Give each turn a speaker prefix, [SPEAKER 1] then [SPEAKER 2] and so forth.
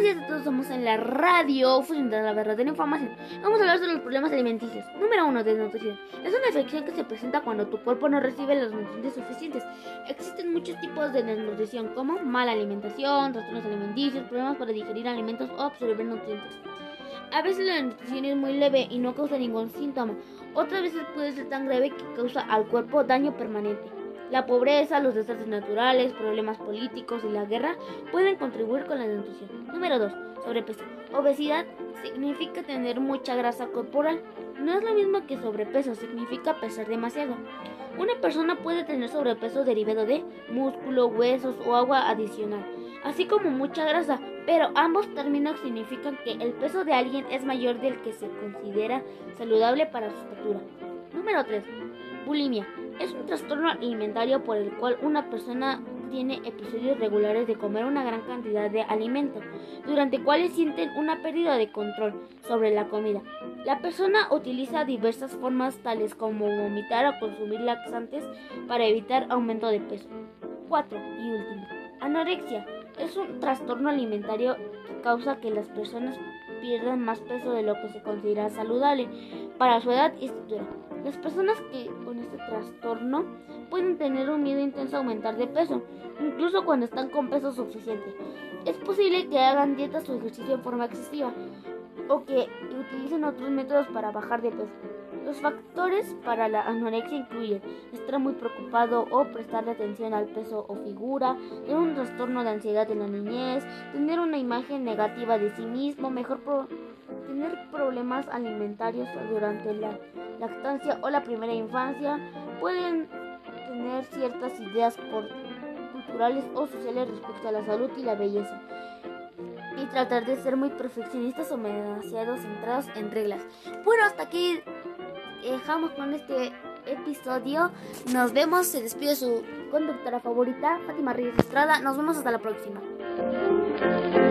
[SPEAKER 1] días a todos, estamos en la radio Fusión de la verdadera información. Vamos a hablar sobre los problemas alimenticios. Número 1, desnutrición. Es una afección que se presenta cuando tu cuerpo no recibe los nutrientes suficientes. Existen muchos tipos de desnutrición, como mala alimentación, trastornos alimenticios, problemas para digerir alimentos o absorber nutrientes. A veces la desnutrición es muy leve y no causa ningún síntoma. Otras veces puede ser tan grave que causa al cuerpo daño permanente. La pobreza, los desastres naturales, problemas políticos y la guerra pueden contribuir con la desnutrición. Número 2. Sobrepeso. Obesidad significa tener mucha grasa corporal. No es lo mismo que sobrepeso, significa pesar demasiado. Una persona puede tener sobrepeso derivado de músculo, huesos o agua adicional, así como mucha grasa, pero ambos términos significan que el peso de alguien es mayor del que se considera saludable para su estatura. Número 3. Bulimia. Es un trastorno alimentario por el cual una persona tiene episodios regulares de comer una gran cantidad de alimento, durante cuales sienten una pérdida de control sobre la comida. La persona utiliza diversas formas tales como vomitar o consumir laxantes para evitar aumento de peso. 4. Y último, anorexia. Es un trastorno alimentario que causa que las personas pierdan más peso de lo que se considera saludable para su edad y estatura. Las personas que con este trastorno pueden tener un miedo intenso a aumentar de peso, incluso cuando están con peso suficiente. Es posible que hagan dietas o ejercicio en forma excesiva o que utilicen otros métodos para bajar de peso. Los factores para la anorexia incluyen estar muy preocupado o prestarle atención al peso o figura, tener un trastorno de ansiedad en la niñez, tener una imagen negativa de sí mismo, tener problemas alimentarios durante la lactancia o la primera infancia, pueden tener ciertas ideas culturales o sociales respecto a la salud y la belleza, y tratar de ser muy perfeccionistas o demasiado centrados en reglas. Bueno, hasta aquí dejamos con este episodio. Nos vemos, se despide su conductora favorita, Fátima Reyes Estrada. Nos vemos hasta la próxima.